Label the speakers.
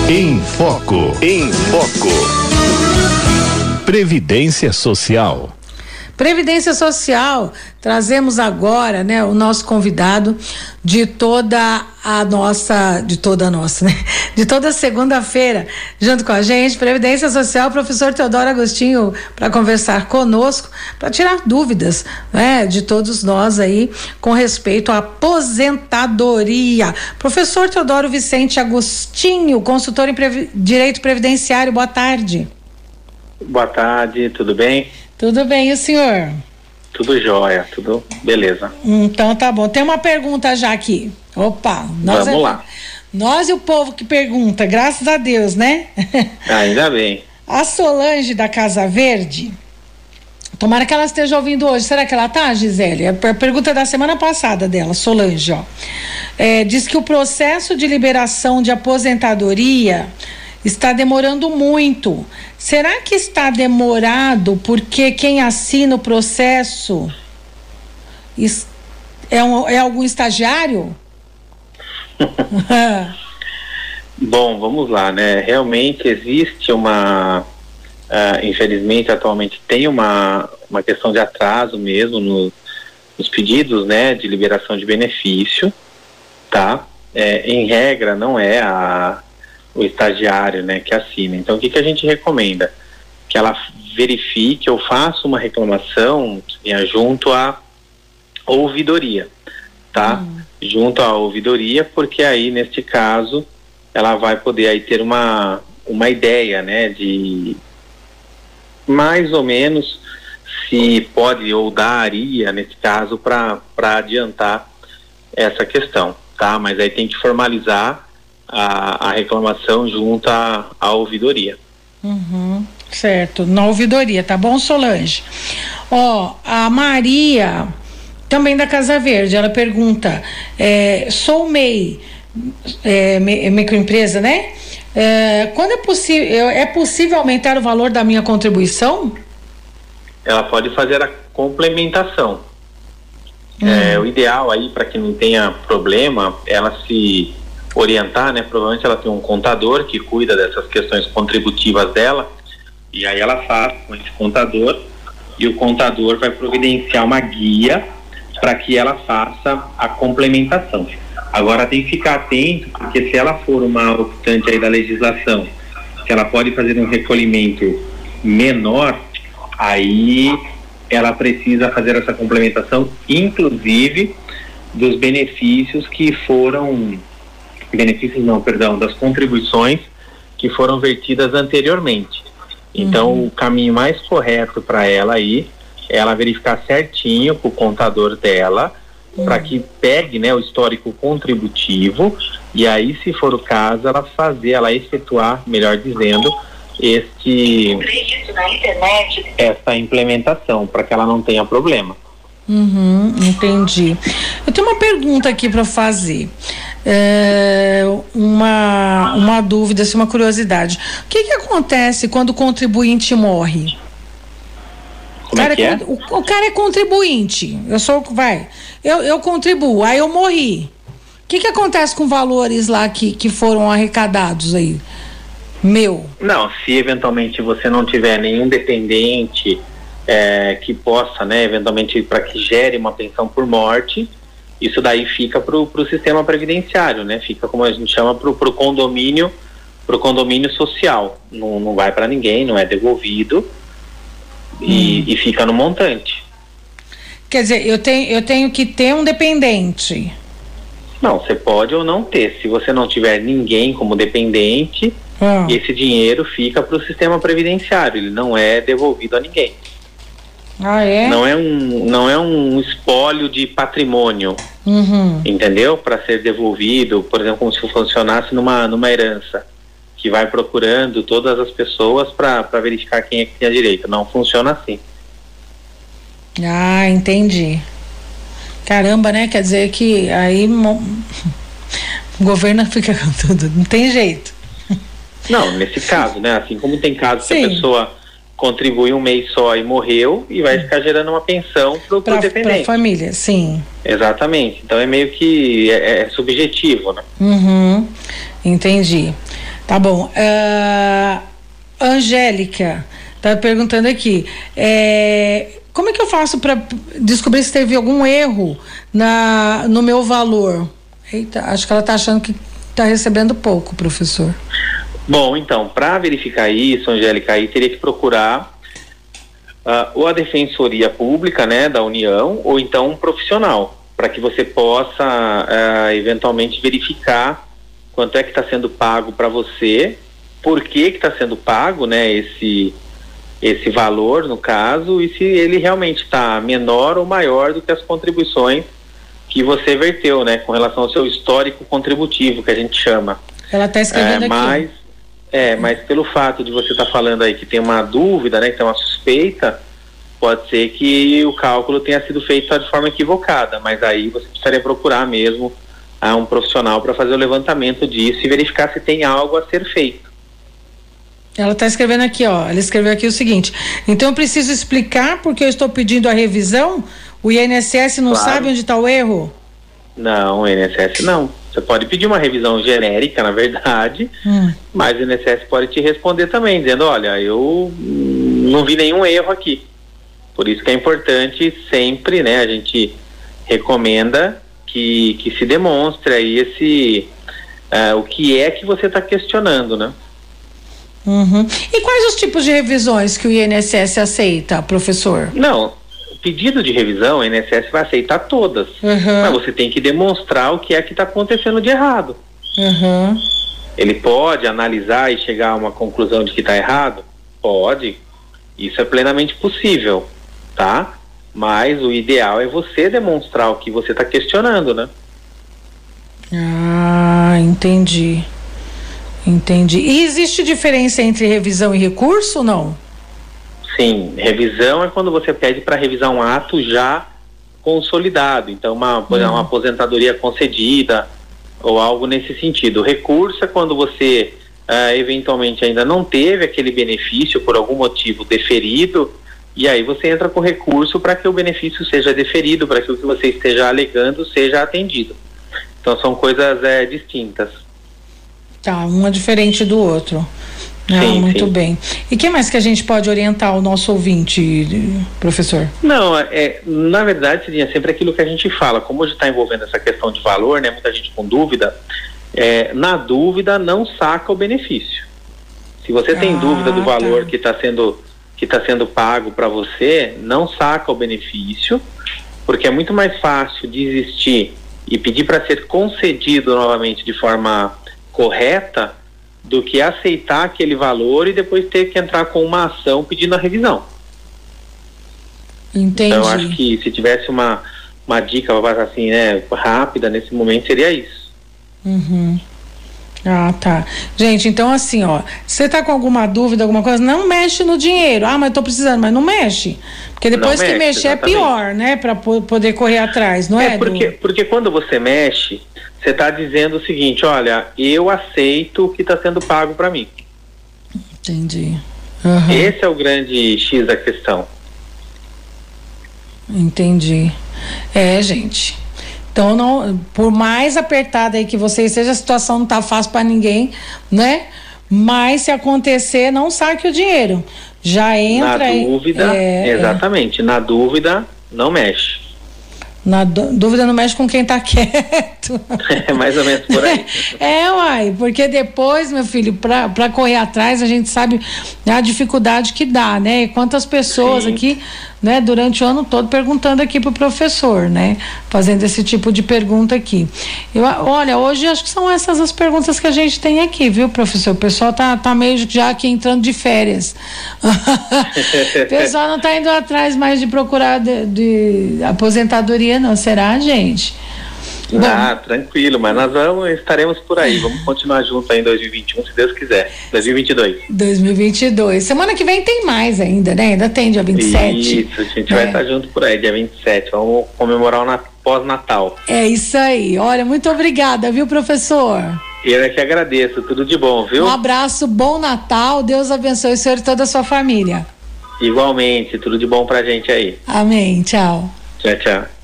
Speaker 1: Em Foco. Em Foco. Previdência Social.
Speaker 2: Previdência Social, trazemos agora, né, o nosso convidado de toda segunda-feira, junto com a gente, Previdência Social, professor Teodoro Agostinho, para conversar conosco, para tirar dúvidas, né, de todos nós aí, com respeito à aposentadoria. Professor Teodoro Vicente Agostinho, consultor em Direito Previdenciário, boa tarde.
Speaker 3: Boa tarde, tudo bem?
Speaker 2: Tudo bem, e o senhor?
Speaker 3: Tudo jóia, tudo beleza.
Speaker 2: Então tá bom. Tem uma pergunta já aqui. Opa,
Speaker 3: vamos lá.
Speaker 2: Nós e o povo que pergunta, graças a Deus, né?
Speaker 3: Ainda bem.
Speaker 2: A Solange da Casa Verde, tomara que ela esteja ouvindo hoje. Será que ela tá, Gisele? A pergunta da semana passada dela, Solange, ó. Diz que o processo de liberação de aposentadoria está demorando muito. Será que está demorado porque quem assina o processo é algum estagiário?
Speaker 3: Bom, vamos lá, né? Realmente existe infelizmente atualmente tem uma questão de atraso mesmo nos pedidos, né, de liberação de benefício, tá? Em regra não é o estagiário, né, que assina. Então, o que a gente recomenda? Que ela verifique ou faça uma reclamação junto à ouvidoria, tá? Junto à ouvidoria, porque aí, neste caso, ela vai poder aí ter uma ideia, né, de mais ou menos se pode ou daria, nesse caso, para adiantar essa questão, tá? Mas aí tem que formalizar a reclamação junto à ouvidoria.
Speaker 2: Certo, na ouvidoria, tá bom, Solange? A Maria, também da Casa Verde, ela pergunta, sou MEI, microempresa, né? Quando é possível aumentar o valor da minha contribuição?
Speaker 3: Ela pode fazer a complementação. O ideal aí, para que não tenha problema, ela se orientar, né? Provavelmente ela tem um contador que cuida dessas questões contributivas dela, e aí ela faz com esse contador, e o contador vai providenciar uma guia para que ela faça a complementação. Agora tem que ficar atento, porque se ela for uma optante aí da legislação, que ela pode fazer um recolhimento menor, aí ela precisa fazer essa complementação, inclusive dos benefícios que foram das contribuições que foram vertidas anteriormente. Então, o caminho mais correto para ela aí é ela verificar certinho com o contador dela, para que pegue, né, o histórico contributivo, e aí, se for o caso, ela efetuar, melhor dizendo, essa implementação, para que ela não tenha problema.
Speaker 2: Entendi. Eu tenho uma pergunta aqui para fazer. Uma dúvida, assim, uma curiosidade. O que acontece quando o contribuinte morre? O cara é contribuinte. Eu contribuo, aí eu morri. O que acontece com valores lá que foram arrecadados aí?
Speaker 3: Não, se eventualmente você não tiver nenhum dependente que possa, né, eventualmente, para que gere uma pensão por morte, isso daí fica pro sistema previdenciário, né? Fica, como a gente chama, pro condomínio social. Não vai para ninguém, não é devolvido e fica no montante.
Speaker 2: Quer dizer, eu tenho que ter um dependente.
Speaker 3: Não, você pode ou não ter. Se você não tiver ninguém como dependente, esse dinheiro fica pro sistema previdenciário, ele não é devolvido a ninguém. Não é um espólio de patrimônio, entendeu? Para ser devolvido, por exemplo, como se funcionasse numa herança, que vai procurando todas as pessoas para verificar quem é que tem a direito. Não funciona assim.
Speaker 2: Entendi. Caramba, né? Quer dizer que aí o governo fica com tudo, não tem jeito.
Speaker 3: Não, nesse caso, né? Assim como tem casos que a pessoa contribuiu um mês só e morreu, e vai ficar gerando uma pensão pro dependente.
Speaker 2: Para a família, sim.
Speaker 3: Exatamente. Então é meio que é subjetivo, né?
Speaker 2: Entendi. Tá bom. Angélica tá perguntando aqui, como é que eu faço para descobrir se teve algum erro no meu valor? Eita, acho que ela tá achando que tá recebendo pouco, professor.
Speaker 3: Bom, então, para verificar isso, Angélica, aí teria que procurar ou a Defensoria Pública, né, da União, ou então um profissional, para que você possa eventualmente verificar quanto é que está sendo pago para você, por que está sendo pago, né, esse valor, no caso, e se ele realmente está menor ou maior do que as contribuições que você verteu, né, com relação ao seu histórico contributivo, que a gente chama.
Speaker 2: Ela está escrevendo aqui.
Speaker 3: Mas pelo fato de você estar falando aí que tem uma dúvida, né, que tem uma suspeita, pode ser que o cálculo tenha sido feito de forma equivocada, mas aí você precisaria procurar mesmo um profissional para fazer o levantamento disso e verificar se tem algo a ser feito.
Speaker 2: Ela está escrevendo aqui, ó. Ela escreveu aqui o seguinte: então eu preciso explicar porque eu estou pedindo a revisão? O INSS não sabe onde está o erro? Não, o INSS não. Você pode pedir uma revisão genérica, na verdade, mas o INSS pode te responder também, dizendo, olha, eu não vi nenhum erro aqui. Por isso que é importante sempre, né, a gente recomenda que se demonstre aí o que é que você está questionando, né? E quais os tipos de revisões que o INSS aceita, professor?
Speaker 3: Não, pedido de revisão, o INSS vai aceitar todas, mas você tem que demonstrar o que é que está acontecendo de errado. Ele pode analisar e chegar a uma conclusão de que está errado? Pode, isso é plenamente possível, tá? Mas o ideal é você demonstrar o que você está questionando, né?
Speaker 2: Entendi. E existe diferença entre revisão e recurso ou não?
Speaker 3: Sim, revisão é quando você pede para revisar um ato já consolidado, então uma aposentadoria concedida ou algo nesse sentido. O recurso é quando você eventualmente ainda não teve aquele benefício por algum motivo deferido, e aí você entra com recurso para que o benefício seja deferido, para que o que você esteja alegando seja atendido. Então são coisas distintas.
Speaker 2: Tá, um é diferente do outro. Muito bem. E o que mais que a gente pode orientar o nosso ouvinte, professor?
Speaker 3: Não, na verdade, Cidinha, sempre aquilo que a gente fala, como hoje está envolvendo essa questão de valor, né, muita gente com dúvida, na dúvida não saca o benefício. Se você tem dúvida do valor que está sendo pago para você, não saca o benefício, porque é muito mais fácil desistir e pedir para ser concedido novamente de forma correta do que aceitar aquele valor e depois ter que entrar com uma ação pedindo a revisão.
Speaker 2: Entendi.
Speaker 3: Então, acho que se tivesse uma dica assim, né, rápida nesse momento, seria isso.
Speaker 2: Tá. Gente, então assim, ó, você tá com alguma dúvida, alguma coisa, não mexe no dinheiro. Mas eu tô precisando, mas não mexe. Porque depois que mexer é pior, né? Pra poder correr atrás, não é?
Speaker 3: Porque quando você mexe, você está dizendo o seguinte, olha, eu aceito o que está sendo pago para mim.
Speaker 2: Entendi.
Speaker 3: Esse é o grande X da questão.
Speaker 2: Entendi. Gente. Então, não, por mais apertada aí que você esteja, a situação não tá fácil para ninguém, né? Mas se acontecer, não saque o dinheiro. Já entra aí.
Speaker 3: Na dúvida, exatamente. Na dúvida, não mexe.
Speaker 2: Na dúvida não mexe com quem tá quieto.
Speaker 3: É mais ou menos por aí.
Speaker 2: Uai, porque depois, meu filho, pra correr atrás, a gente sabe a dificuldade que dá, né? E quantas pessoas aqui, né, durante o ano todo perguntando aqui pro professor, né? Fazendo esse tipo de pergunta aqui. Olha, hoje acho que são essas as perguntas que a gente tem aqui, viu, professor? O pessoal tá meio já aqui entrando de férias. O pessoal não tá indo atrás mais de procurar de aposentadoria, não. Será, gente?
Speaker 3: Tranquilo, mas nós estaremos por aí, vamos continuar junto aí em 2021, se Deus quiser. 2022.
Speaker 2: Semana que vem tem mais ainda, né? Ainda tem dia 27.
Speaker 3: Isso, a gente vai estar junto por aí, dia 27, vamos comemorar o pós-natal.
Speaker 2: É isso aí, olha, muito obrigada, viu, professor?
Speaker 3: Eu é que agradeço, tudo de bom, viu?
Speaker 2: Um abraço, bom Natal, Deus abençoe o senhor e toda a sua família.
Speaker 3: Igualmente, tudo de bom pra gente aí.
Speaker 2: Amém, tchau.
Speaker 3: Tchau.